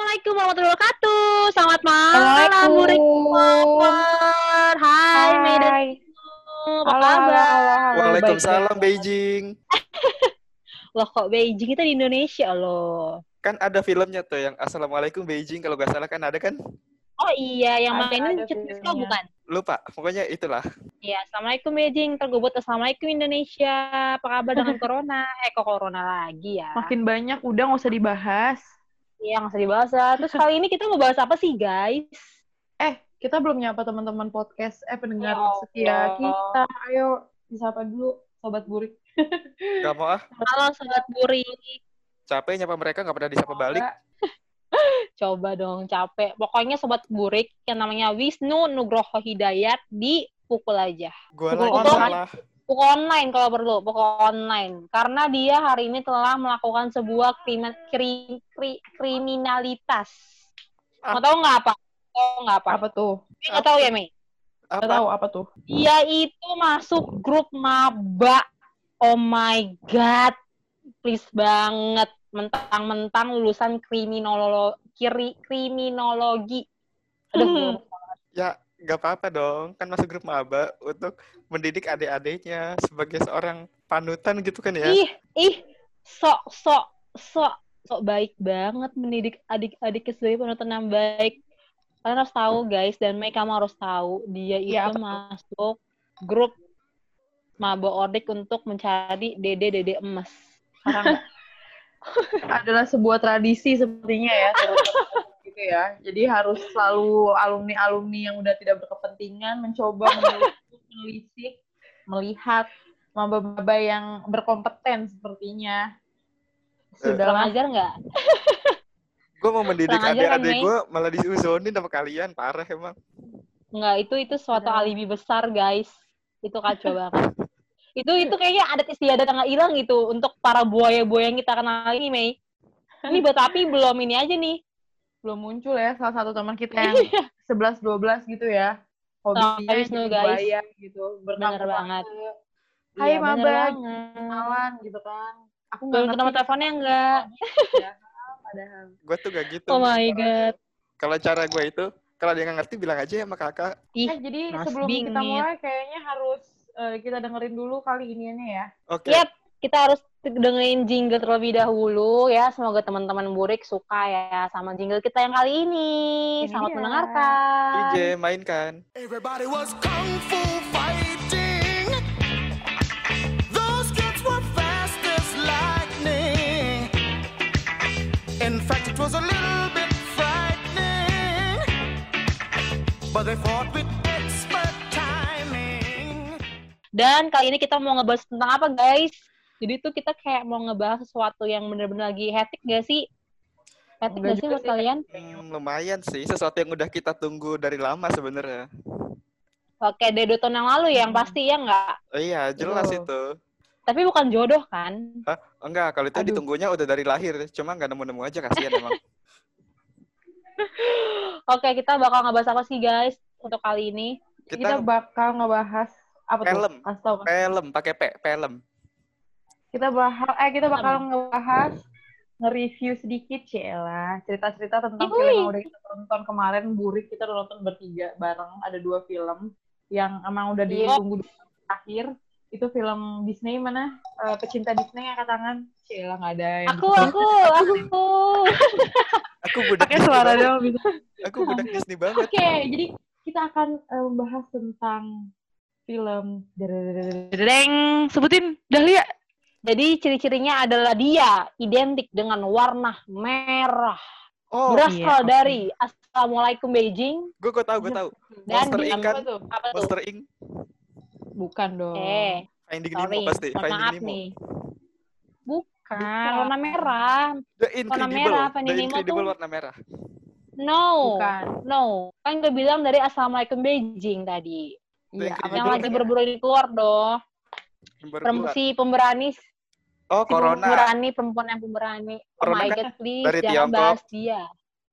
Assalamualaikum warahmatullahi wabarakatuh. Selamat malam, Bu Assalamualaikum. Rikmar. Hai, Medan. Hai. Apa Halo, halo, kabar? halo, halo. Baik-baik Waalaikumsalam banget. Beijing. Loh, kok Beijing kita di Indonesia loh. Kan ada filmnya tuh yang Assalamualaikum Beijing kalau nggak salah kan ada kan? Oh iya, yang mainin Ada Cetrisco filmnya. bukan? Lupa, pokoknya itulah. Iya, Assalamualaikum Beijing. Ntar gue buat Assalamualaikum Indonesia. Apa kabar dengan corona? Kok corona lagi ya? Makin banyak, udah nggak usah dibahas. Iya, nggak usah dibahas ya. Terus kali ini kita mau bahas apa sih, guys? Kita belum nyapa teman-teman podcast, pendengar Ya setia Allah. kita. Ayo, disapa dulu, Sobat Burik. Gak mau ah, Halo, Sobat Buri. capek nyapa mereka nggak pernah disapa balik. Coba dong, capek. Pokoknya Sobat Burik yang namanya Wisnu Nugroho Hidayat dipukul aja. Gua Pukul lagi online. salah. Pukul online kalau perlu, pukul online. Karena dia hari ini telah melakukan sebuah kriminalitas. Mau tahu nggak apa? Tahu nggak apa? Apa tuh? Nggak tahu ya, Mei? Nggak Apa? tahu apa tuh? Dia itu masuk grup maba. Oh my God. Please banget. Mentang-mentang lulusan kriminologi. Aduh, Ya nggak apa-apa dong, kan masuk grup maba untuk mendidik adik-adiknya sebagai seorang panutan gitu kan ya. Sok baik banget mendidik adik-adik sebagai penonton yang baik. Kalian harus tahu guys, dan mereka kamu harus tahu dia itu Iya, apa tuh? masuk grup maba ordik untuk mencari dede emas. Sekarang nggak? Adalah sebuah tradisi sepertinya ya, gitu ya. Jadi harus selalu alumni-alumni yang udah tidak berkepentingan mencoba menelisik, melihat maba-maba yang berkompeten sepertinya. Kurang Sudah ajar nggak? Gue mau mendidik Kurang ajar kan, adik-adik Mei? gue malah disuzonin sama kalian, parah emang. Nggak, itu suatu Ada. alibi besar guys. Itu kacau banget. Itu kayaknya adat istiadat yang nggak hilang gitu untuk para buaya-buaya yang kita kenal ini, Mei. Ini buat api belum ini aja nih. belum muncul ya salah satu teman kita yang 11-12 gitu ya. Hobinya Wisnu, jadi guys. buaya gitu. Bener banget. Hai Iya, bener maba, banget. kenalan gitu kan. Aku Belum nggak nomor teleponnya enggak? Padahal. Gue tuh gak gitu. Oh my God. Kalau cara gue itu, kalau dia nggak ngerti bilang aja ya sama kakak. Ih, Jadi mas sebelum kita bingit. mulai kayaknya harus kita dengerin dulu kali iniannya ya. Oke. Yap, kita harus dengerin jingle terlebih dahulu ya. Semoga teman-teman Burik suka ya sama jingle kita yang kali ini. Ini Selamat dia. mendengarkan. IJ mainkan. Everybody was kung fu fighting. Those kids were fast as lightning. In fact, it was a little bit frightening. But they fought with expert timing. Dan kali ini kita mau ngebahas tentang apa, guys? Jadi tuh kita kayak mau ngebahas sesuatu yang bener-bener lagi hectic gak sih? Hectic Enggak gak sih juga buat sih. kalian? Lumayan sih, sesuatu yang udah kita tunggu dari lama sebenarnya. Oke, dari 2 tahun yang lalu ya, yang pasti ya nggak? Iya, jelas Betul. itu. Tapi bukan jodoh kan? Hah? Enggak, kalau itu Aduh. ditunggunya udah dari lahir. Cuma nggak nemu-nemu aja, kasihan emang. Oke, kita bakal ngebahas apa sih, guys, untuk kali ini? Kita Kita bakal ngebahas apa Film. tuh? Kasih tau kan? film, pakai P, film. Kita bakal ngebahas nge-review sedikit lah cerita-cerita tentang Yui. film yang udah kita tonton kemarin. Burik kita udah nonton bertiga bareng, ada 2 film yang emang udah Iya. ditunggu terakhir. Itu film Disney mana? Pecinta Disney angkat tangan. Cila nggak ada yang Aku. Aku budak pakai Disney suara banget. dong bisa. Aku budak Disney banget. Oke, jadi kita akan membahas tentang film Dereng. Sebutin Dahlia. Jadi ciri-cirinya adalah dia identik dengan warna merah. Oh, Berasal iya, oke. dari Assalamualaikum Beijing. gue tahu. Dan Monster di Inc kan? apa tuh? Monster Inc. Bukan dong. Finding Sorry. Nemo pasti. Mohon Finding maaf Nemo. nih. Bukan. Warna merah. The Warna Incredible. merah, The Finding Nemo Incredible tuh. warna merah. No. Bukan. No. Kan gue bilang dari Assalamualaikum Beijing tadi. Iya, Incredible. Yang lagi kan? berburu ini keluar dong. Yang baru keluar. Si pemberani. Oh, Si Corona. pemberani, perempuan yang pemberani. Oh Corona my kan God, please. dari Jangan Tiongkok. bahas dia.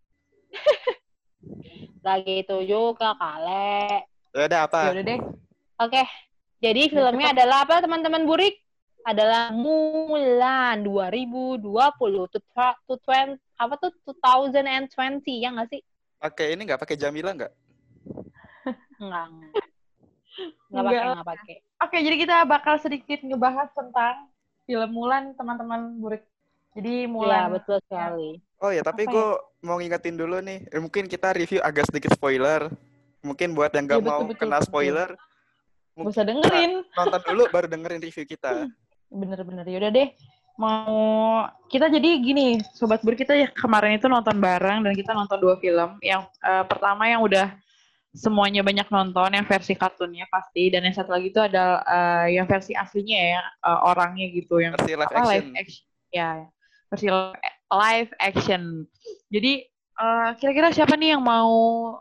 Lagi itu juga, Kale. Ya udah apa? Ya udah deh. Oke. Jadi filmnya adalah apa, teman-teman Burik? Adalah Mulan 2020. apa tuh 2020 ya nggak sih? Pakai ini nggak? Pakai Jamila nggak? Nggak Enggak. nggak pakai. Oke, jadi kita bakal sedikit ngebahas tentang film Mulan, teman-teman Burik. Jadi Iya, Mulan. betul sekali. Oh ya, tapi Apa gue mau ngingetin dulu nih. Mungkin kita review agak sedikit spoiler. Mungkin buat yang nggak Iya, mau betul, kena betul. spoiler, Gak mungkin usah dengerin. nonton dulu baru dengerin review kita. Bener-bener. Yaudah deh. Kita jadi gini, Sobat Burik, kita ya kemarin itu nonton bareng dan kita nonton 2 film. Yang pertama yang udah semuanya banyak nonton, yang versi kartunnya pasti, dan yang satu lagi itu ada yang versi aslinya ya, orangnya gitu, yang Versi live apa, action. live action ya, versi live action. Jadi kira-kira siapa nih yang mau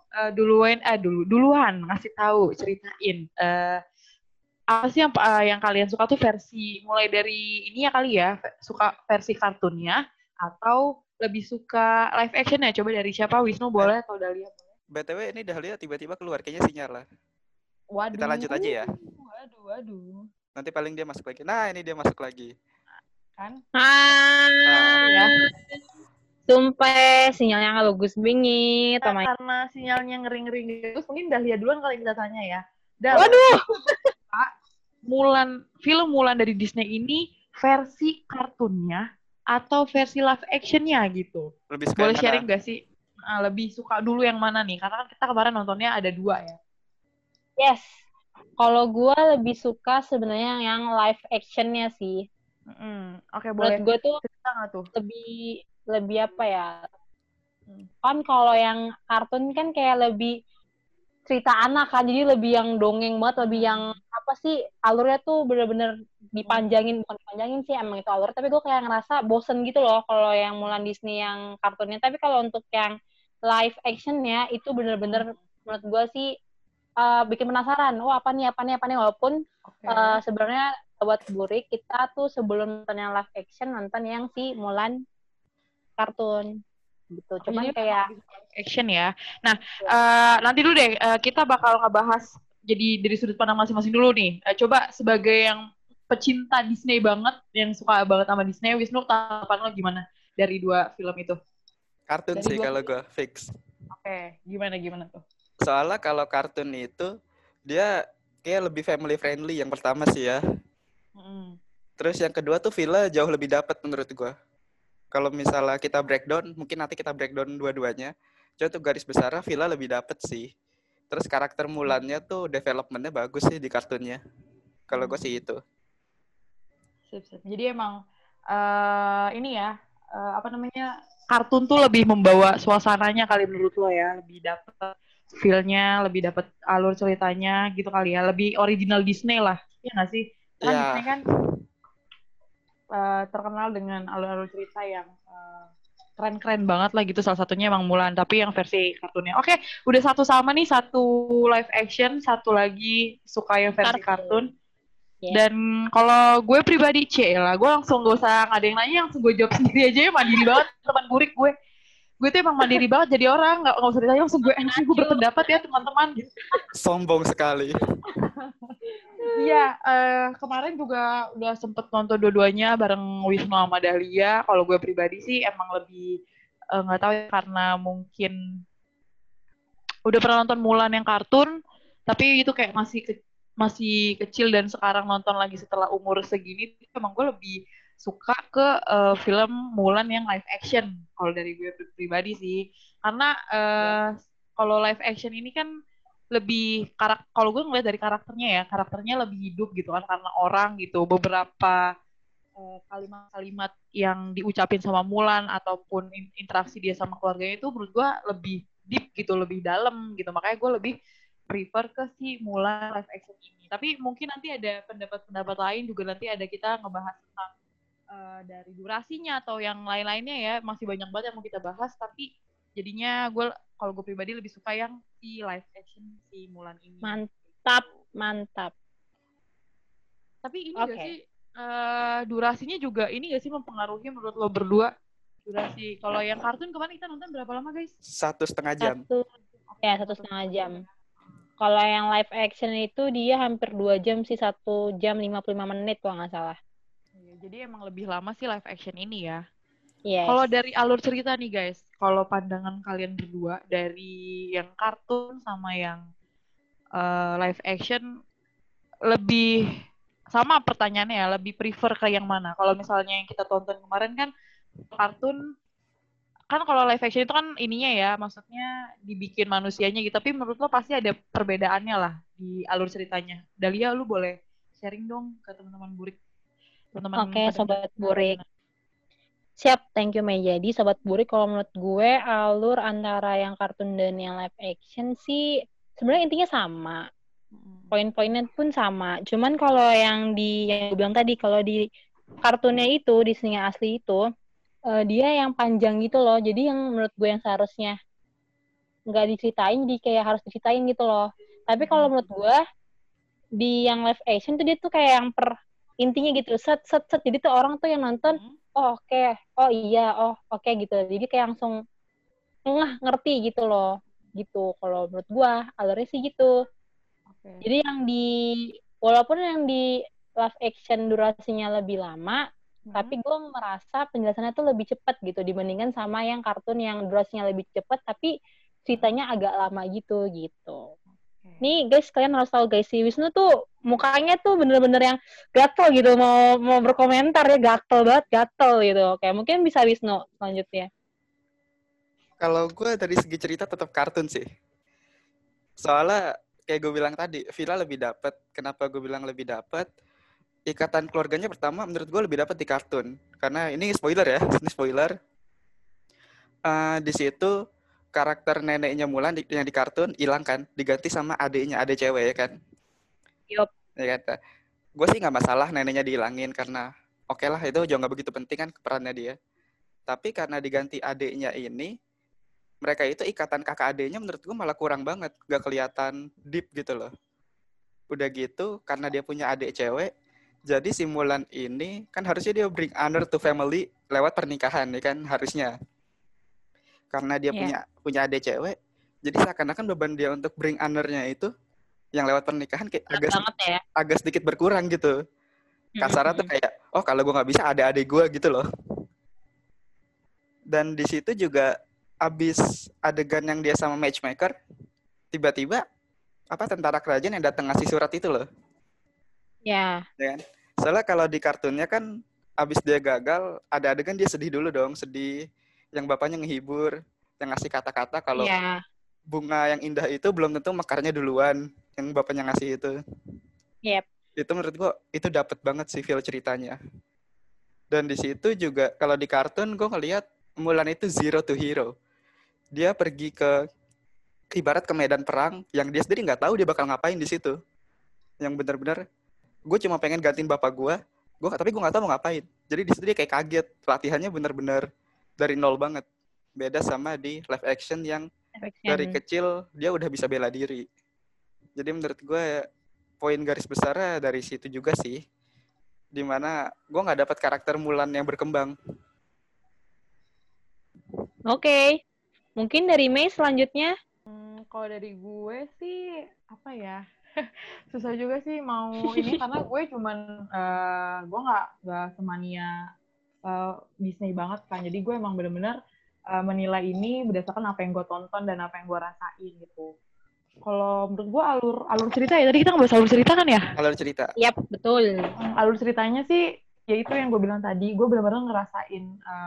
duluan ngasih tahu, ceritain apa sih yang kalian suka tuh, versi mulai dari ini ya kali ya, suka versi kartunnya atau lebih suka live actionnya? Coba dari siapa? Wisnu boleh atau Dahlia? BTW ini Dahlia tiba-tiba keluar, kayaknya sinyal lah. Waduh. Kita lanjut aja ya. Waduh. Nanti paling dia masuk lagi. Nah, ini dia masuk lagi. Kan? Ya. Sumpah sinyalnya nggak bagus bingit. Karena sinyalnya ngering-ngering terus, mungkin Dahlia duluan kali kita tanya ya. Waduh. Film Mulan dari Disney ini versi kartunnya atau versi live actionnya gitu? Lebih suka Boleh yang sharing mana? gak sih? Lebih suka dulu yang mana nih? Karena kan kita kemarin nontonnya ada 2 ya. Yes. Kalau gue lebih suka sebenarnya yang live actionnya sih. Oke, boleh. Menurut gue tuh cerita nggak tuh? lebih apa ya? Kan kalau yang kartun kan kayak lebih cerita anak kan, jadi lebih yang dongeng banget, lebih yang apa sih, alurnya tuh bener-bener bukan dipanjangin sih emang itu alurnya, tapi gue kayak ngerasa bosen gitu loh kalau yang Mulan Disney yang kartunnya. Tapi kalau untuk yang live actionnya itu bener-bener menurut gue sih bikin penasaran, apa nih, walaupun sebenarnya buat Burik, kita tuh sebelum nonton yang live action nonton yang si Mulan kartun gitu. Cuman kayak action ya. Nah, nanti dulu deh, kita bakal ngebahas jadi dari sudut pandang masing-masing dulu nih. Coba sebagai yang pecinta Disney banget, yang suka banget sama Disney, Wisnu, tanggapan lo gimana dari 2 film itu? Kartun Dari sih 2 kalau gue fix. Oke, gimana tuh? Soalnya kalau kartun itu dia kayak lebih family friendly yang pertama sih ya. Terus yang kedua tuh Villa jauh lebih dapat menurut gue. Kalau misalnya kita breakdown, mungkin nanti kita breakdown dua-duanya. Cuma tuh garis besarnya Villa lebih dapet sih. Terus karakter Mulannya tuh developmentnya bagus sih di kartunnya. Kalau gue sih itu. Sip. Jadi emang ini ya, apa namanya, kartun tuh lebih membawa suasananya kali menurut lo ya, lebih dapet feel-nya, lebih dapet alur ceritanya gitu kali ya, lebih original Disney lah, ya nggak sih? Kan Ya. Disney kan terkenal dengan alur-alur cerita yang keren-keren banget lah gitu, salah satunya emang Mulan, tapi yang versi kartunnya. Oke, udah satu sama nih, satu live action, satu lagi suka yang versi kartun. Yeah. Dan kalau gue pribadi, gue langsung gak usah ada yang nanya, langsung gue jawab sendiri aja ya, mandiri banget teman Burik gue. Gue tuh emang mandiri banget jadi orang, gak usah ditanya, langsung gue berpendapat ya teman-teman. Sombong sekali. Iya, kemarin juga udah sempet nonton dua-duanya bareng Wisnu sama Dahlia. Kalau gue pribadi sih emang lebih nggak tahu ya, karena mungkin udah pernah nonton Mulan yang kartun, tapi itu kayak masih kecil, dan sekarang nonton lagi setelah umur segini, emang gue lebih suka ke film Mulan yang live action. Kalau dari gue pribadi sih, karena kalau live action ini kan lebih kalau gue ngeliat dari karakternya lebih hidup gitu kan, karena orang gitu, beberapa kalimat-kalimat yang diucapin sama Mulan ataupun interaksi dia sama keluarganya itu menurut gue lebih deep gitu, lebih dalam gitu, makanya gue lebih prefer ke si Mulan live action ini. Tapi mungkin nanti ada pendapat-pendapat lain juga, nanti ada kita ngebahas tentang dari durasinya atau yang lain-lainnya ya, masih banyak banget yang mau kita bahas, tapi jadinya kalau gue pribadi lebih suka yang si live action si Mulan ini. Mantap. Tapi ini gak sih durasinya juga ini gak sih mempengaruhi menurut lo berdua? Durasi kalau yang kartun kemarin kita nonton berapa lama guys? 1,5 jam. 1,5 jam. Kalau yang live action itu dia hampir 2 jam sih, 1 jam 55 menit kalau nggak salah. Jadi emang lebih lama sih live action ini ya. Yes. Kalau dari alur cerita nih guys, kalau pandangan kalian berdua dari yang kartun sama yang live action, lebih sama pertanyaannya ya, lebih prefer ke yang mana? Kalau misalnya yang kita tonton kemarin kan kartun, kan kalau live action itu kan ininya ya, maksudnya dibikin manusianya gitu, tapi menurut lo pasti ada perbedaannya lah di alur ceritanya. Dahlia, lu boleh sharing dong ke teman-teman Burik. Teman-teman Oke, Sobat Burik. Siap, thank you Mei. Jadi Sobat Burik, kalau menurut gue alur antara yang kartun dan yang live action sih sebenarnya intinya sama. Poin-poinnya pun sama. Cuman kalau yang gue bilang tadi, kalau di kartunnya itu, di Singa asli itu, dia yang panjang gitu loh. Jadi yang menurut gue yang seharusnya nggak diceritain, jadi kayak harus diceritain gitu loh. Tapi kalau menurut gue, di yang live action tuh dia tuh kayak yang per intinya gitu, set. Jadi tuh orang tuh yang nonton, oh oke, oh iya, oh oke gitu. Jadi kayak langsung ngerti gitu loh. Gitu. Kalau menurut gue, alurnya sih gitu. Jadi walaupun yang di live action durasinya lebih lama, tapi gue merasa penjelasannya tuh lebih cepat gitu dibandingkan sama yang kartun yang durasinya lebih cepat tapi ceritanya agak lama gitu. Nih guys, kalian harus tahu guys, si Wisnu tuh mukanya tuh bener-bener yang gatel gitu, mau berkomentar ya, gatel gitu. Kayak mungkin bisa Wisnu selanjutnya. Kalau gue dari segi cerita tetap kartun sih. Soalnya kayak gue bilang tadi, Villa lebih dapat. Kenapa gue bilang lebih dapat? Ikatan keluarganya pertama menurut gue lebih dapat di kartun. Karena ini spoiler ya, ini spoiler. Di situ karakter neneknya Mulan yang di kartun hilang kan, diganti sama adiknya, adik cewek ya kan. Yup. Ya kan. Gue sih nggak masalah neneknya dihilangin karena oke lah itu juga nggak begitu penting kan perannya dia. Tapi karena diganti adiknya ini, mereka itu ikatan kakak adiknya menurut gue malah kurang banget, nggak kelihatan deep gitu loh. Udah gitu karena dia punya adik cewek, jadi si Mulan ini kan harusnya dia bring honor to family lewat pernikahan ya kan harusnya. Karena dia punya adik cewek, jadi seakan-akan beban dia untuk bring honor-nya itu yang lewat pernikahan kayak agak sedikit berkurang gitu. Kasarnya tuh kayak, oh kalau gue nggak bisa ada adik gue gitu loh. Dan di situ juga abis adegan yang dia sama matchmaker, tiba-tiba tentara kerajaan yang datang ngasih surat itu loh. Ya. Ya kan? Soalnya kalau di kartunnya kan abis dia gagal, ada adegan dia sedih dulu dong, sedih. Yang bapaknya ngehibur, yang ngasih kata-kata kalau bunga yang indah itu belum tentu mekarnya duluan, yang bapaknya ngasih itu. Yep. Itu menurut gua itu dapet banget sih feel ceritanya. Dan di situ juga kalau di kartun gua ngelihat Mulan itu zero to hero. Dia pergi ibarat ke medan perang yang dia sendiri nggak tahu dia bakal ngapain di situ. Yang benar-benar gue cuma pengen gantiin bapak gue tapi gue nggak tahu mau ngapain. Jadi di situ dia kayak kaget. Latihannya benar-benar dari nol banget. Beda sama di live action yang dari kecil dia udah bisa bela diri. Jadi menurut gue poin garis besarnya dari situ juga sih. Dimana gue nggak dapat karakter Mulan yang berkembang. Oke. Mungkin dari Mei selanjutnya. Kalau dari gue sih apa ya, susah juga sih mau ini karena gue cuman gue nggak semania Disney banget kan, jadi gue emang benar-benar menilai ini berdasarkan apa yang gue tonton dan apa yang gue rasain gitu. Kalau menurut gue alur cerita ya, tadi kita ngebahas alur cerita kan ya? Alur cerita. Yap, betul. Alur ceritanya sih ya itu yang gue bilang tadi, gue benar-benar ngerasain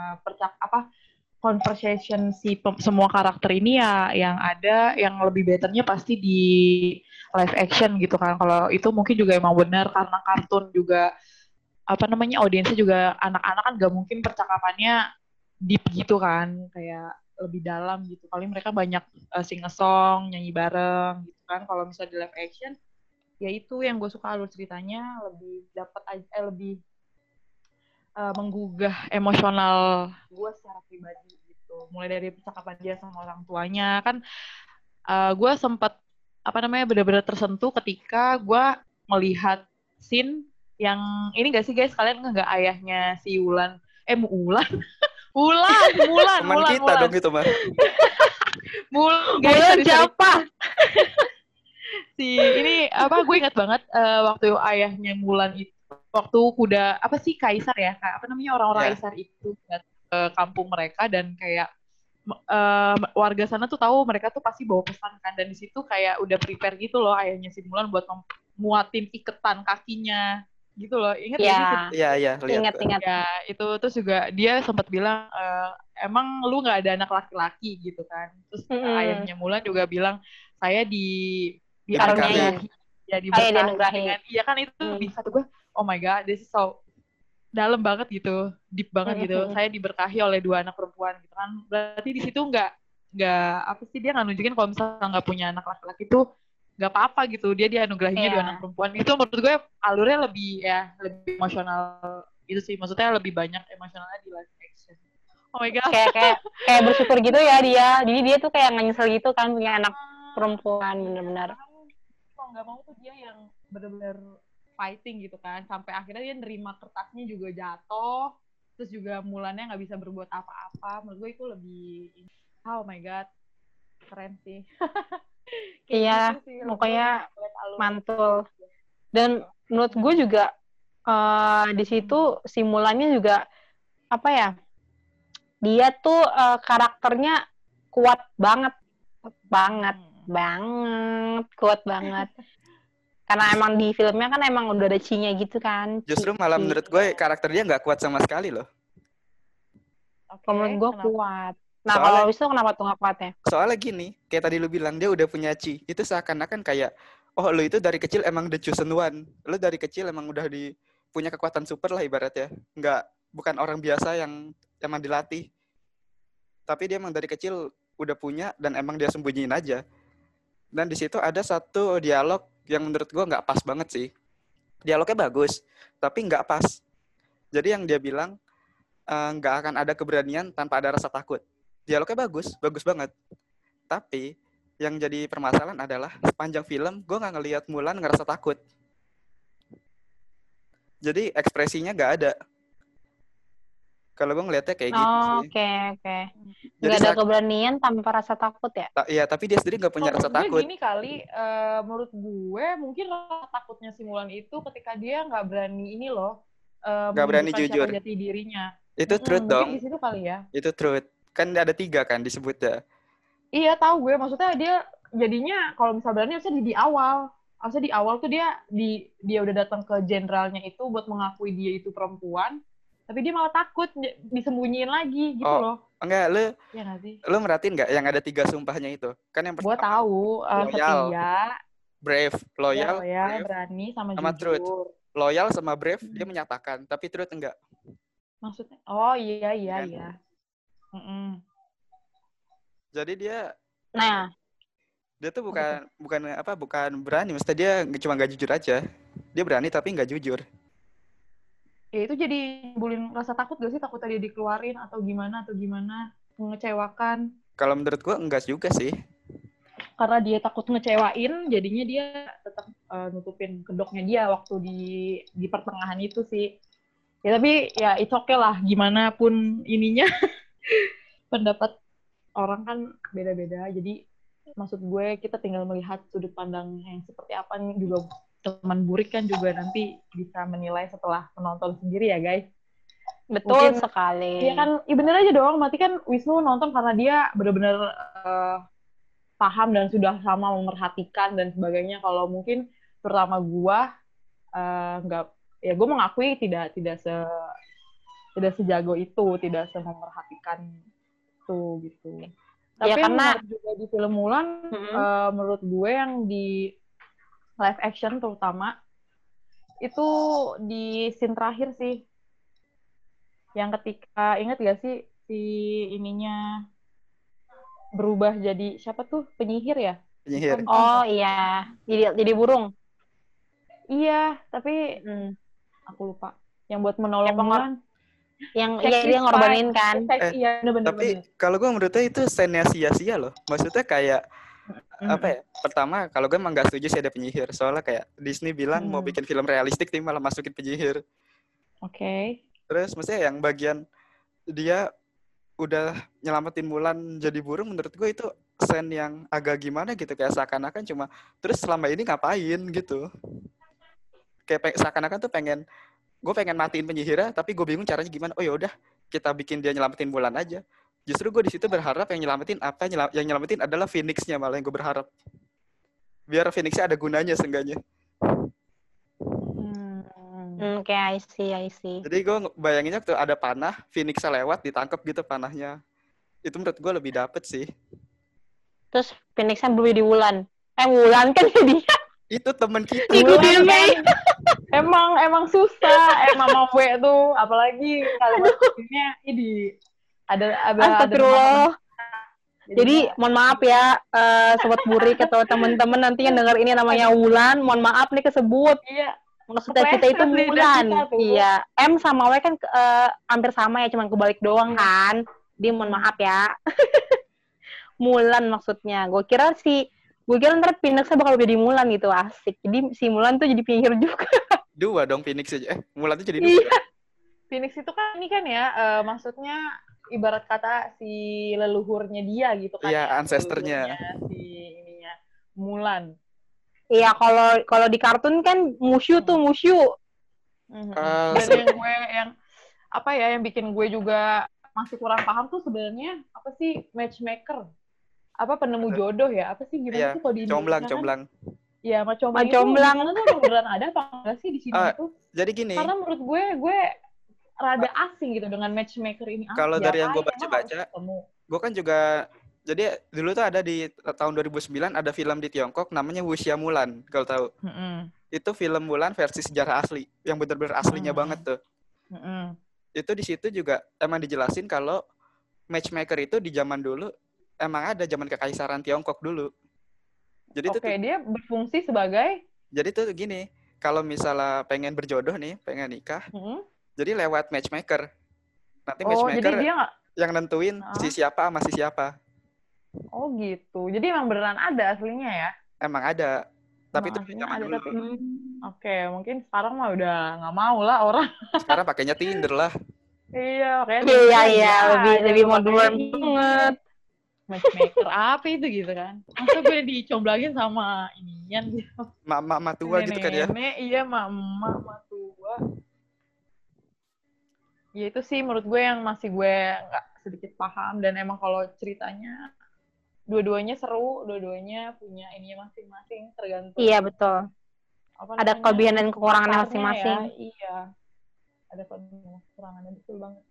conversation semua karakter ini ya yang ada, yang lebih betternya pasti di live action gitu kan. Kalau itu mungkin juga emang benar karena kartun juga audiensnya juga anak-anak kan gak mungkin percakapannya deep gitu kan, kayak lebih dalam gitu. Paling mereka banyak sing a song, nyanyi bareng gitu kan. Kalau misalnya di live action ya itu yang gue suka, alur ceritanya lebih dapat lebih menggugah emosional gue secara pribadi gitu. Mulai dari percakapan dia sama orang tuanya kan, gue sempat benar-benar tersentuh ketika gue melihat scene yang ini gak sih guys, kalian nggak ayahnya si Mulan teman kita dong itu mah. Mulan siapa? Gue ingat banget waktu ayahnya Mulan itu, waktu kuda kaisar ya, orang-orang kaisar itu kampung mereka dan kayak warga sana tuh tahu mereka tuh pasti bawa pesan kan, dan di situ kayak udah prepare gitu loh ayahnya si Mulan buat muatin iketan kakinya gitu loh. Ingat gak sih? Iya, lihat. Ingat. Ya, itu terus juga dia sempat bilang emang lu nggak ada anak laki-laki gitu kan. Terus ayahnya Mulan juga bilang saya diberkahi. Ya diberkahi dengan iya kan, itu bisa tuh gue, oh my god, this is so dalam banget gitu, deep banget gitu. Saya diberkahi oleh 2 anak perempuan gitu kan. Berarti di situ nggak apa sih, dia nggak nunjukin kalau misalnya nggak punya anak laki-laki tuh nggak apa-apa gitu. Dia dianugerahinya 2 anak perempuan. Itu menurut gue alurnya lebih emosional gitu sih. Maksudnya lebih banyak emosionalnya di live action. Oh my god. Kayak bersyukur gitu ya dia. Jadi dia tuh kayak nggak nyesel gitu kan punya anak perempuan, bener-bener. Kalau nggak mau tuh dia yang bener-bener fighting gitu kan, sampai akhirnya dia nerima kertasnya juga jatuh, terus juga Mulannya nggak bisa berbuat apa-apa. Menurut gue itu lebih, oh my god, keren sih. Iya, gitu pokoknya mantul. Dan menurut gue juga di situ si Mulannya juga apa ya, dia tuh karakternya kuat banget, kuat banget. Karena emang di filmnya kan emang udah ada Ci-nya gitu kan. Justru malah menurut gue karakter dia nggak kuat sama sekali loh. Menurut gue kuat. Nah kalau itu kenapa tuh nggak kuatnya? Soalnya gini, kayak tadi lu bilang dia udah punya Ci. Itu seakan-akan kayak, oh lu itu dari kecil emang the chosen one. Lu dari kecil emang udah punya kekuatan super lah ibaratnya. Bukan orang biasa yang emang dilatih. Tapi dia emang dari kecil udah punya dan emang dia sembunyiin aja. Dan di situ ada satu dialog yang menurut gue nggak pas banget sih. Dialognya bagus, tapi nggak pas. Jadi yang dia bilang, nggak akan ada keberanian tanpa ada rasa takut. Dialognya bagus banget. Tapi yang jadi permasalahan adalah sepanjang film gue nggak ngelihat Mulan ngerasa takut. Jadi ekspresinya nggak ada. Kalau gue ngelihatnya kayak gitu sih. Oke. Nggak ada keberanian tanpa rasa takut ya? Iya, tapi dia sendiri nggak punya rasa takut. Gini kali, menurut gue mungkin rasa takutnya si Mulan itu ketika dia nggak berani ini loh, nggak berani jujur jati dirinya. Itu truth dong. Di situ kali ya. Itu truth. Kan ada 3 kan disebutnya. Iya tahu gue, maksudnya dia jadinya kalau misalnya berani harusnya di awal. Harusnya di awal tuh dia udah datang ke jenderalnya itu buat mengakui dia itu perempuan. Tapi dia malah takut, disembunyiin lagi gitu loh. Enggak, lu ya nggak sih? Lu merhatiin nggak yang ada 3 sumpahnya itu? Kan yang pertama. Gua tahu, setia, brave, loyal, brave, berani sama jujur. Truth. Loyal sama brave dia menyatakan, tapi truth enggak. Maksudnya? Oh iya. Jadi dia tuh bukan berani, maksudnya dia cuma nggak jujur aja. Dia berani tapi nggak jujur. Ya itu jadi bulin rasa takut gak sih? Takutnya dia dikeluarin atau gimana mengecewakan. Kalau menurut gue enggak juga sih. Karena dia takut ngecewain, jadinya dia tetap nutupin kedoknya dia waktu di pertengahan itu sih. Ya tapi ya it's okay lah, gimana pun ininya. Pendapat orang kan beda-beda, jadi maksud gue kita tinggal melihat sudut pandang yang seperti apa juga. Teman Burik kan juga nanti bisa menilai setelah menonton sendiri ya guys. Betul sekali. Iya kan, bener aja dong. Berarti kan Wisnu nonton karena dia benar-benar paham dan sudah sama memerhatikan dan sebagainya. Kalau mungkin pertama gua gue mengakui tidak sejago itu, tidak sememerhatikan itu gitu. Tapi ya, karena juga di film Mulan menurut gue yang di live action terutama itu di scene terakhir sih, yang ketika ingat gak sih si ininya berubah jadi siapa tuh, penyihir ya? Penyihir. Oh iya, jadi burung. Iya, tapi aku lupa. Yang buat menolong Mulan. Yang dia ngorbanin kan. Iya, bener-bener. Tapi kalau gue menurutnya itu scene sia-sia loh. Maksudnya kayak apa ya? Pertama, kalau gue emang gak setuju sih ada penyihir. Soalnya kayak Disney bilang mau bikin film realistik nih malah masukin penyihir. Oke. Terus maksudnya yang bagian dia udah nyelamatin Mulan jadi burung, menurut gue itu scene yang agak gimana gitu. Kayak seakan-akan cuma, terus selama ini ngapain gitu. Kayak seakan-akan tuh gue pengen matiin penyihirnya, tapi gue bingung caranya gimana. Oh yaudah, kita bikin dia nyelamatin Mulan aja. Justru gue di situ berharap yang nyelamatin adalah Phoenix-nya, malah yang gue berharap. Biar Phoenix-nya ada gunanya seenggaknya. Oke, I see. Jadi gue bayanginnya tuh ada panah, Phoenix-nya lewat, ditangkap gitu panahnya. Itu menurut gue lebih dapet sih. Terus Phoenix-nya berubah di Wulan. Wulan kan jadi Itu temen kita. ikutin Mei. Emang susah Mama gue tuh, apalagi kalimat ini ada Astagfirullah. Jadi mohon maaf ya sobat burik atau teman-teman nanti yang dengar ini namanya Wulan, mohon maaf nih kesebut. Iya. Maksudnya kita itu Mulan. Iya. M sama W kan hampir sama ya, cuma kebalik doang kan. Dia mohon maaf ya. Mulan maksudnya. Gue kira ntar Phoenix-nya bakal jadi Mulan gitu, asik. Jadi si Mulan tuh jadi penyihir juga. 2 dong Phoenix aja. Mulan tuh jadi 2. Iya. Phoenix itu kan ini kan ya, maksudnya ibarat kata si leluhurnya dia gitu kan. Iya, ya, ancestornya. Si ininya Mulan. Iya, kalau di kartun kan Mushu tuh Mushu. Dan yang bikin gue juga masih kurang paham tuh sebenarnya apa sih matchmaker? Apa penemu jodoh ya? Apa sih gimana sih kalau di Indonesia? Comblang. Iya, Comblang. Itu beneran ada apa enggak sih di sini tuh? Jadi gini. Karena menurut gue rada asing gitu dengan matchmaker ini. Kalau dari yang gue baca-baca, gue kan juga, jadi dulu tuh ada di tahun 2009 ada film di Tiongkok namanya Wuxia Mulan, kalau tahu. Itu film Mulan versi sejarah asli, yang benar-benar aslinya banget tuh. Itu di situ juga emang dijelasin kalau matchmaker itu di zaman dulu emang ada, zaman kekaisaran Tiongkok dulu. Jadi dia berfungsi sebagai. Jadi tuh gini, kalau misalnya pengen berjodoh nih, pengen nikah, jadi lewat matchmaker. Nanti matchmaker jadi dia yang nentuin si siapa sama si siapa. Oh gitu. Jadi emang beneran ada aslinya ya? Emang ada. Tapi itu zaman dulu. Oke, mungkin sekarang mah udah nggak mau lah orang. Sekarang pakainya Tinder lah. Iya, Iya, lebih modern banget. Matchmaker apa itu gitu kan? Masa gue dicomblangin sama inian gitu. Mama tua gitu kan ya? Iya, mama tua. Ya itu sih menurut gue yang masih gue nggak sedikit paham, dan emang kalau ceritanya dua-duanya seru, dua-duanya punya ininya masing-masing, tergantung. Iya, betul. Ada kelebihan dan kekurangannya masing-masing. Ya, iya. Ada kelebihan dan kekurangannya, betul banget.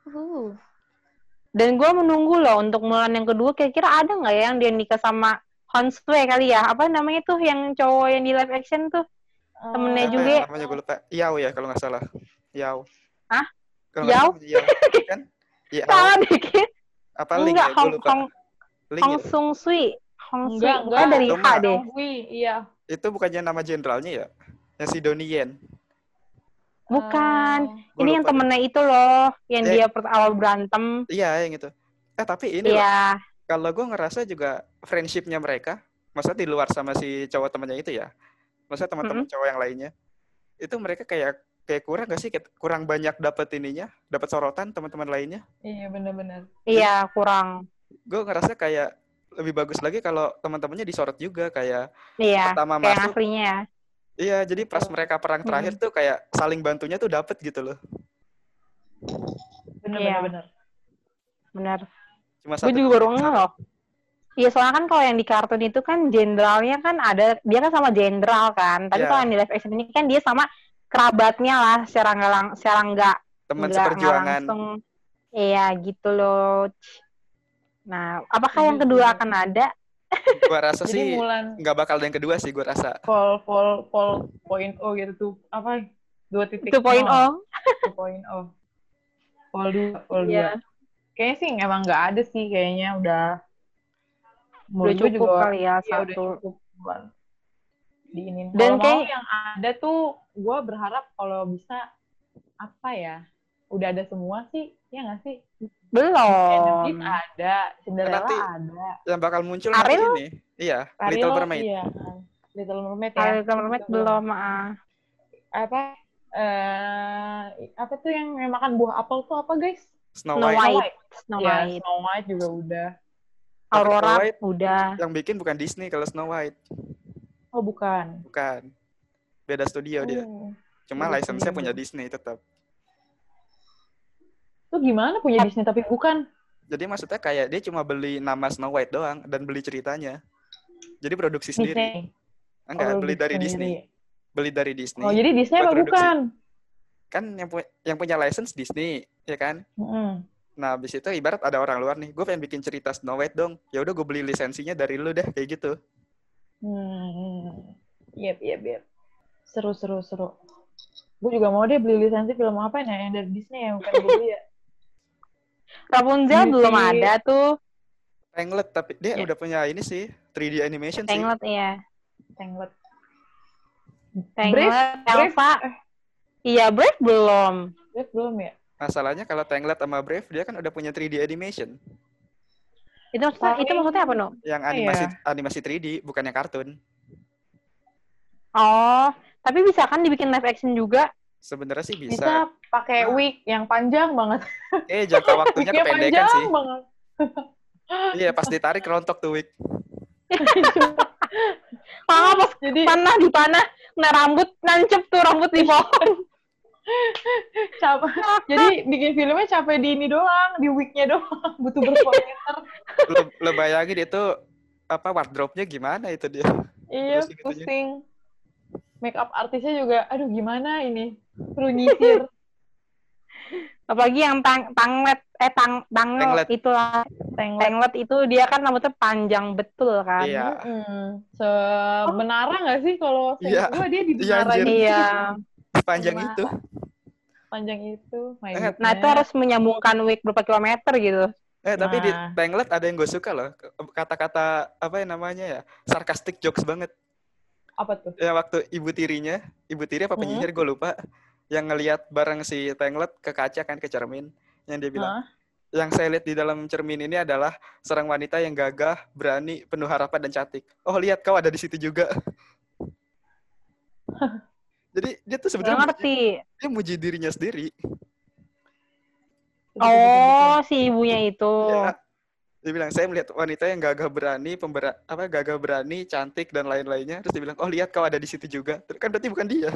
Dan gue menunggu loh untuk Mulan yang kedua, kira-kira ada nggak ya yang dia nikah sama Honsue kali ya? Apa namanya tuh yang cowok yang di live action tuh? Temennya juga. Namanya gue lupa. Yao ya kalau nggak salah. Yao. Hah? Yao? Kan? Iya. Salah dikit. Apa Ling ya? Gue lupa. Hong Sung Sui. Enggak. Dari H deh. Iya. Itu bukannya nama jenderalnya ya? Yang si Donnie Yen. Bukan. Ini yang temennya itu loh, yang dia awal berantem. Iya, yang itu. Tapi ini loh, kalau gue ngerasa juga friendship-nya mereka, maksudnya di luar sama si cowok temannya itu ya, maksudnya teman-teman cowok yang lainnya, itu mereka kayak kurang gak sih? Kurang banyak dapat sorotan teman-teman lainnya. Iya, benar-benar. Iya, kurang. Gue ngerasa kayak lebih bagus lagi kalau teman-temannya disorot juga, kayak kayak pertama masuk. Aslinya ya. Iya, jadi pas mereka perang terakhir tuh kayak saling bantunya tuh dapet gitu loh. Benar. Gue juga baru ngeh loh. Iya, soalnya kan kalau yang di kartun itu kan jenderalnya kan ada, dia kan sama jenderal kan. Tapi kalau yang di live action ini kan dia sama kerabatnya lah, secara nggak teman seperjuangan. Iya, gitu loh. Nah, apakah yang kedua akan ada? Gua rasa sih nggak bakal ada yang kedua sih, gua rasa. Pol point O gitu tuh. Apa? 2.0. 2.0. Pol 2. Kayaknya sih emang nggak ada sih, kayaknya udah cukup juga, kali ya, satu. Udah cukup diinin. Dan kalau yang ada tuh, gue berharap kalau bisa apa ya? Udah ada semua sih, ya nggak sih? Belum. Ada, Cinderella ada. Yang bakal muncul nanti ini. Iya, Little Mermaid. Iya. Little Mermaid ya. Little Mermaid belum. Apa tuh yang makan buah apel tuh apa, guys? Snow White. Snow White juga udah. Aurora udah. Yang bikin bukan Disney kalau Snow White. Oh, bukan. Beda studio dia. Cuma license-nya punya Disney tetap. Tuh Tuh gimana punya Disney tapi bukan? Jadi maksudnya kayak dia cuma beli nama Snow White doang dan beli ceritanya. Jadi produksi sendiri. Disney. Enggak, beli dari sendiri. Disney. Beli dari Disney. Oh, jadi Disney apa produksi. bukan? Kan yang punya license Disney, ya kan? Nah, habis itu ibarat ada orang luar nih, gue pengen bikin cerita Snow White dong. Ya udah gue beli lisensinya dari lu deh, kayak gitu. Yep. Seru. Gue juga mau deh beli lisensi film apa nih yang dari Disney yang bukan gue beli ya. Rapunzel belum ada tuh. Tangled, tapi dia udah punya ini sih, 3D animation Tangled, sih. iya. Tangled, Elsa. Iya, Brave belum. Brave belum ya? Masalahnya kalau Tangled sama Brave, dia kan udah punya 3D animation. Itu maksudnya apa, No? Yang animasi 3D, bukan yang kartun. Oh, tapi bisa kan dibikin live action juga? Sebenarnya sih bisa. Bisa pakai wig yang panjang banget. Jangka waktunya kependekan sih. Banget. Iya, pas ditarik rontok tuh wig. Pas dipanah, kena rambut, nancep tuh rambut di pohon. Jadi bikin filmnya capek di ini doang, di wignya doang, butuh berkomentar. Lo bayangin itu wardrobe-nya gimana itu dia? Iya, pusing. Make up artisnya juga, aduh gimana ini, perlu nyisir. Apalagi yang Tangled itulah. Tangled itu dia kan rambutnya panjang betul kan. Iya. Sebenarnya nggak sih kalau saya dia di menara Iya. Panjang itu. Panjang itu. Nah itu harus menyambungkan wig berapa kilometer gitu. Tapi di Tangled ada yang gue suka loh. Kata-kata apa yang namanya ya? Sarcastic jokes banget. Apa tuh? Ya waktu ibu tiri apa penyihir gue lupa. Yang ngelihat bareng si Tangled ke kaca kan, ke cermin. Yang dia bilang, yang saya lihat di dalam cermin ini adalah seorang wanita yang gagah, berani, penuh harapan dan cantik. Oh lihat kau ada di situ juga. Jadi dia tuh sebenarnya dia muji dirinya sendiri. Oh, si ibunya itu. Ya, dia bilang saya melihat wanita yang gagah berani, cantik dan lain-lainnya. Terus dia bilang, oh lihat kau ada di situ juga. Kan berarti bukan dia.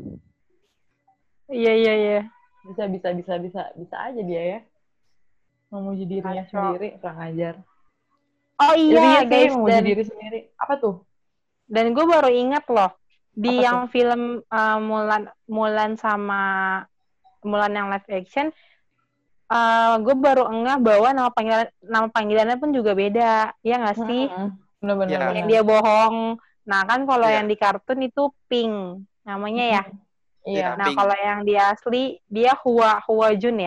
Iya. Bisa aja dia ya. Memuji dirinya sendiri, kurang ajar. Oh iya guys, memuji diri sendiri. Apa tuh? Dan gue baru ingat loh di yang film Mulan sama Mulan yang live action, gue baru ngeh bahwa nama panggilannya pun juga beda, ya nggak sih? Benar-benar. Yang dia bohong. Nah kan kalau yang di kartun itu Pink namanya ya. Iya. Nah kalau yang di asli dia Huajun.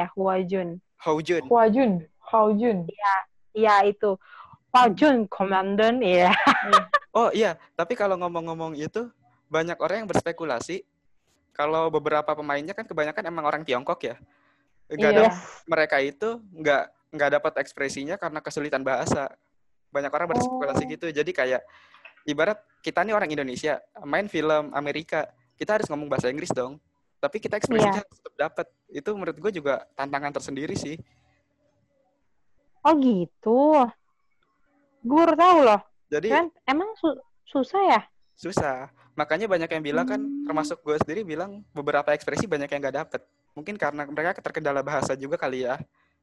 Iya itu. Huajun Komandan ya. Oh iya, tapi kalau ngomong-ngomong itu banyak orang yang berspekulasi kalau beberapa pemainnya kan kebanyakan emang orang Tiongkok ya. Mereka itu nggak dapat ekspresinya karena kesulitan bahasa. Banyak orang berspekulasi gitu. Jadi kayak ibarat kita nih orang Indonesia main film Amerika, kita harus ngomong bahasa Inggris dong. Tapi kita ekspresinya tetap dapat. Itu menurut gue juga tantangan tersendiri sih. Oh gitu. Gue baru tahu loh. Jadi kan emang susah ya? Susah. Makanya banyak yang bilang kan, termasuk gue sendiri bilang beberapa ekspresi banyak yang nggak dapet. Mungkin karena mereka terkendala bahasa juga kali ya.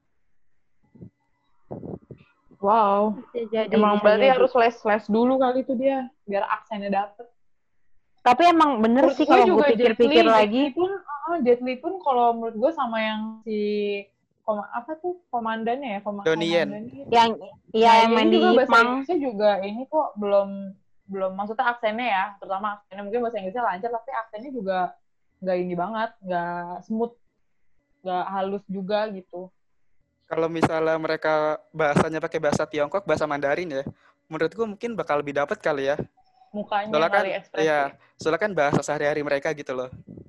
Wow. Emang berarti harus les dulu kali itu dia, biar aksennya dapet. Tapi emang bener sih kalau gue pikir-pikir lagi. Jet Li pun kalau menurut gue sama yang si komandannya ya, Donnie Yen. Yang main di bahasa Inggrisnya juga ini kok belum maksudnya aksennya ya, terutama aksennya mungkin bahasa Inggrisnya lancar tapi aksennya juga nggak ini banget, nggak smooth, nggak halus juga gitu. Kalau misalnya mereka bahasanya pakai bahasa Tiongkok, bahasa Mandarin ya, menurut gue mungkin bakal lebih dapat kali ya. Mukanya soalnya kan, kali ekspresi. Iya, soalnya kan bahasa sehari-hari mereka gitu loh.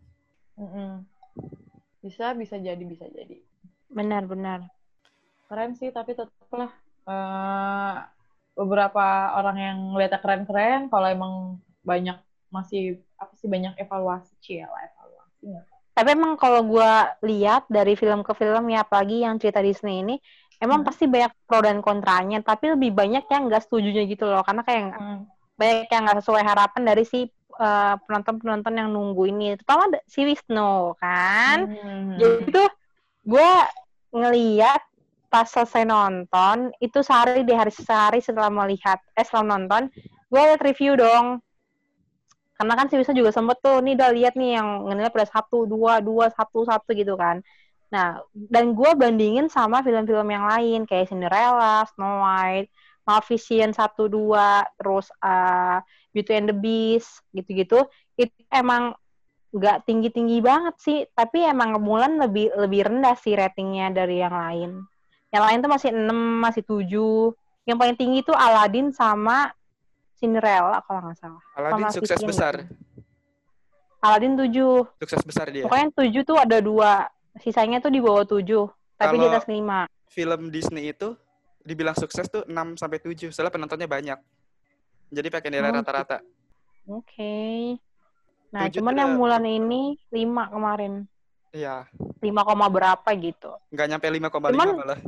Bisa jadi. Benar. Keren sih, tapi tetaplah beberapa orang yang ngeliatnya keren-keren, kalau emang banyak banyak evaluasinya. Tapi emang kalau gue lihat dari film ke film ya, apalagi yang cerita Disney ini, emang pasti banyak pro dan kontranya, tapi lebih banyak yang nggak setujunya gitu loh, karena kayak banyak yang nggak sesuai harapan dari si penonton yang nunggu ini, terutama si Wisnu kan. Jadi tuh gue ngeliat pas selesai nonton, itu sehari setelah setelah nonton, gue liat review dong. Karena kan si Wisnu juga sempet tuh, nih udah lihat nih yang ngenilai pada 1, 2, 2, 1, 1 gitu kan. Nah, dan gue bandingin sama film-film yang lain, kayak Cinderella, Snow White, Maleficent 1, 2, terus Beauty and the Beast, gitu-gitu. Itu emang nggak tinggi-tinggi banget sih, tapi emang Mulan lebih rendah sih ratingnya dari yang lain. Yang lain tuh masih 6, masih 7. Yang paling tinggi tuh Aladdin sama Cinderella kalau nggak salah. Aladdin sama sukses Vicky besar. itu. Aladdin 7. Sukses besar dia. Pokoknya 7 tuh ada 2. Sisanya tuh di bawah 7. Tapi di atas 5. Film Disney itu dibilang sukses tuh 6 sampai 7. Soalnya penontonnya banyak. Jadi pakai nilai rata-rata. Oke. Nah, 7 cuman tuh yang udah- Mulan ini 5 kemarin. Iya. 5, berapa gitu. Nggak nyampe 5,5 Cuman, malah.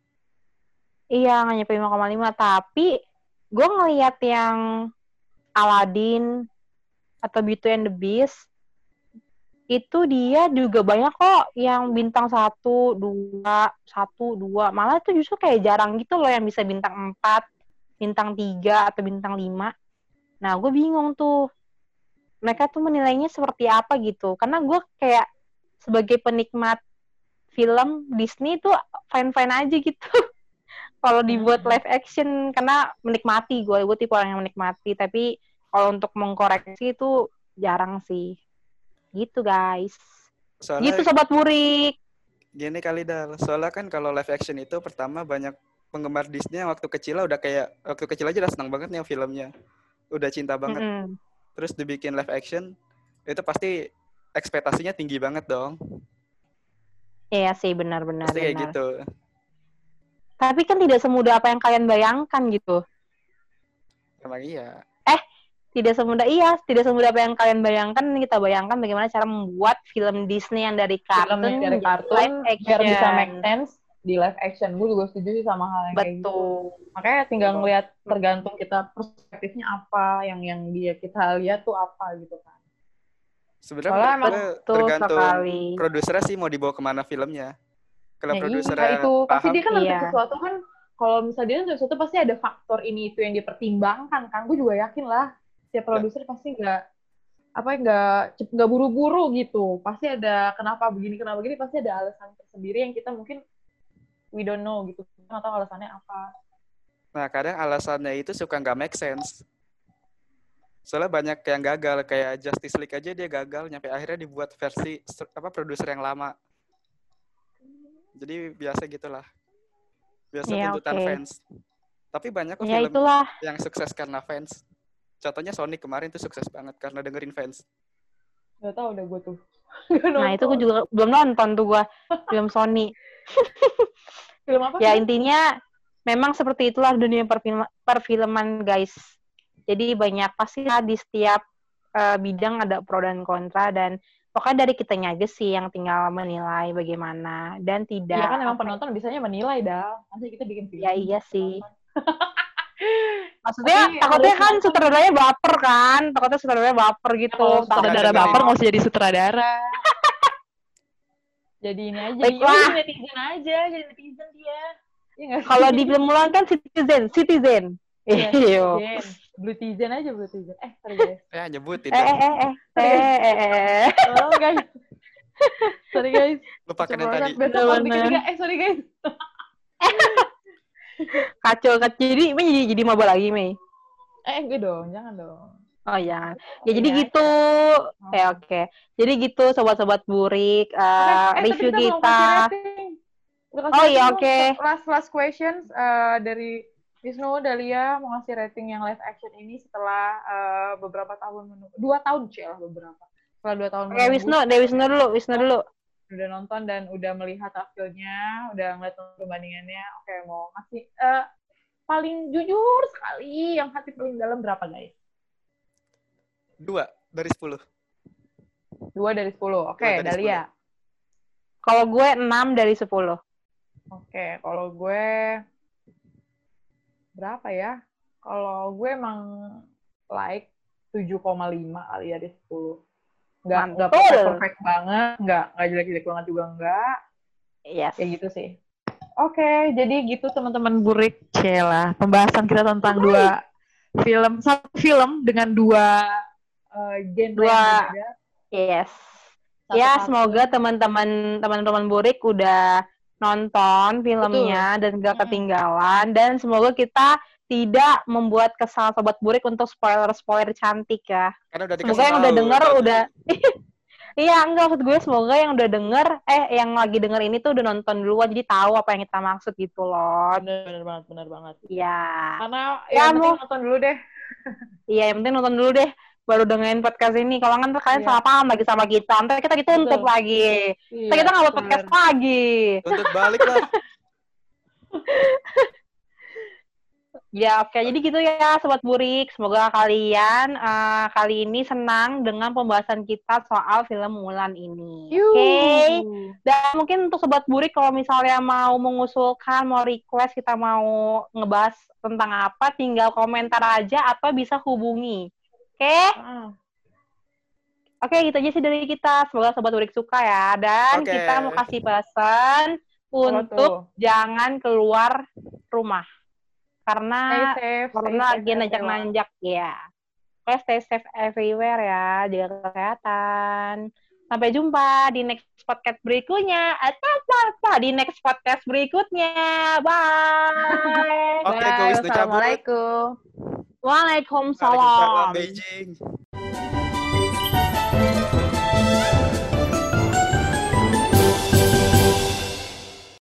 iya, nggak nyampe 5,5. Tapi, gue ngeliat yang Aladdin atau Beauty and the Beast, itu dia juga banyak kok yang bintang 1, 2, 1, 2. Malah itu justru kayak jarang gitu loh yang bisa bintang 4, bintang 3, atau bintang 5. Nah, gue bingung tuh. Mereka tuh menilainya seperti apa gitu. Karena gue kayak sebagai penikmat film Disney tuh fine-fine aja gitu. Kalau dibuat live action, karena menikmati gue tipe orang yang menikmati. Tapi kalau untuk mengkoreksi itu jarang sih. Gitu guys. Soalnya Gitu Sobat Burik. gini kali Dal. Soalnya kan kalau live action itu pertama banyak penggemar Disney yang waktu kecil aja udah senang banget nih filmnya. Udah cinta banget. Terus dibikin live action, itu pasti ekspektasinya tinggi banget dong. Iya sih, benar-benar. Pasti kayak gitu. Tapi kan tidak semudah apa yang kalian bayangkan gitu. Emang iya. Tidak semudah apa yang kalian bayangkan. Kita bayangkan bagaimana cara membuat film Disney yang dari kartun live action. biar bisa make sense di live action. Gue juga setuju sih sama hal yang kayak gitu. Makanya tinggal ngelihat tergantung kita perspektifnya apa, yang kita lihat tuh apa gitu kan. Sebenarnya tergantung sekali. produsernya sih mau dibawa kemana filmnya. Kalau produsernya itu pasti paham, dia kan nanti sesuatu kan, kalau misalnya dia nanti sesuatu pasti ada faktor ini itu yang dipertimbangkan kan. Gue juga yakin lah setiap produser pasti nggak buru-buru gitu. Pasti ada kenapa begini pasti ada alasan tersendiri yang kita mungkin we don't know gitu. Kita nggak tahu alasannya apa. Nah, kadang alasannya itu suka nggak make sense. Soalnya banyak yang gagal, kayak Justice League aja dia gagal, nyampe akhirnya dibuat versi produser yang lama. Jadi biasa gitulah. Biasa tuntutan fans. Tapi banyak kok film yang sukses karena fans. Contohnya Sonic kemarin tuh sukses banget karena dengerin fans. Gak tau udah gue tuh. Nah itu gue juga belum nonton tuh gue film Sony. Film apa? Ya intinya memang seperti itulah dunia perfilman guys. Jadi banyak pasti di setiap bidang ada pro dan kontra, dan pokoknya dari kitanya aja sih yang tinggal menilai bagaimana dan tidak. Iya kan emang penonton biasanya menilai dah. Nanti kita bikin film. Ya iya sih. Maksudnya takutnya kan sutradaranya baper kan, gitu. Sutradara baper nggak usah jadi sutradara. Jadi ini aja. Baiklah. Jadi netizen dia. Ya, kalau di film Mulan kan citizen. Iya. Blutizen aja. Sorry guys. Ya nyebutin. Oh guys. Sorry guys. Lupakan yang tadi. Besok bikin juga. Sorry guys. Kacau. Jadi maba lagi, Mei. Enggak dong, jangan dong. Oh ya. Ya jadi gitu. Oke. Jadi gitu sobat-sobat Burik, review kita. Oh iya, oke. Last questions dari Wisnu, Dahlia mau ngasih rating yang live action ini setelah beberapa tahun 2 tahun beberapa. Setelah 2 tahun. Oke, Wisnu dulu. Udah nonton dan udah melihat hasilnya, udah ngeliat perbandingannya. Oke, mau ngasih paling jujur sekali, yang hati paling dalam berapa, guys? 2 dari 10. 2 dari 10. Oke, Dahlia. Kalau gue 6 dari 10. Oke, kalau gue berapa ya? Kalau gue emang like 7,5 kali ya dari 10. Nggak perfect banget, nggak jelek-jelek banget juga nggak. Yes. Kayak gitu sih. Oke, jadi gitu teman-teman burik. Cela, pembahasan kita tentang satu film dengan dua genre yang berbeda. Yes. Satu Ya, kartun. semoga teman-teman burik udah nonton filmnya dan gak ketinggalan, dan semoga kita tidak membuat kesal sobat burik untuk spoiler cantik ya. Karena udah Semoga yang udah denger udah iya, enggak, maksud gue semoga yang udah denger yang lagi denger ini tuh udah nonton duluan, jadi tahu apa yang kita maksud gitu loh. Bener banget. Iya. Karena yang penting nonton dulu deh. Iya, yang penting nonton dulu deh, baru dengerin podcast ini. Kalau nggak kalian salah paham lagi sama kita, ntar kita dituntut lagi. Ntar kita nggak buat podcast lagi. Tuntut balik lah. Ya, oke. Jadi gitu ya, Sobat Burik. Semoga kalian kali ini senang dengan pembahasan kita soal film Mulan ini. Oke. Dan mungkin untuk Sobat Burik, kalau misalnya mau mengusulkan, mau request, kita mau ngebahas tentang apa, tinggal komentar aja atau bisa hubungi. Oke? Oke, gitu aja sih dari kita. Semoga Sobat Burik suka ya. Dan kita mau kasih pesan untuk jangan keluar rumah. Karena lagi nanjak-nanjak ya. Oke, stay safe everywhere ya, jaga kesehatan. Sampai jumpa di next podcast berikutnya. Di next podcast berikutnya. Bye. Oke, gue Wisnu cabut. Assalamualaikum. Waalaikumsalam. Beijing.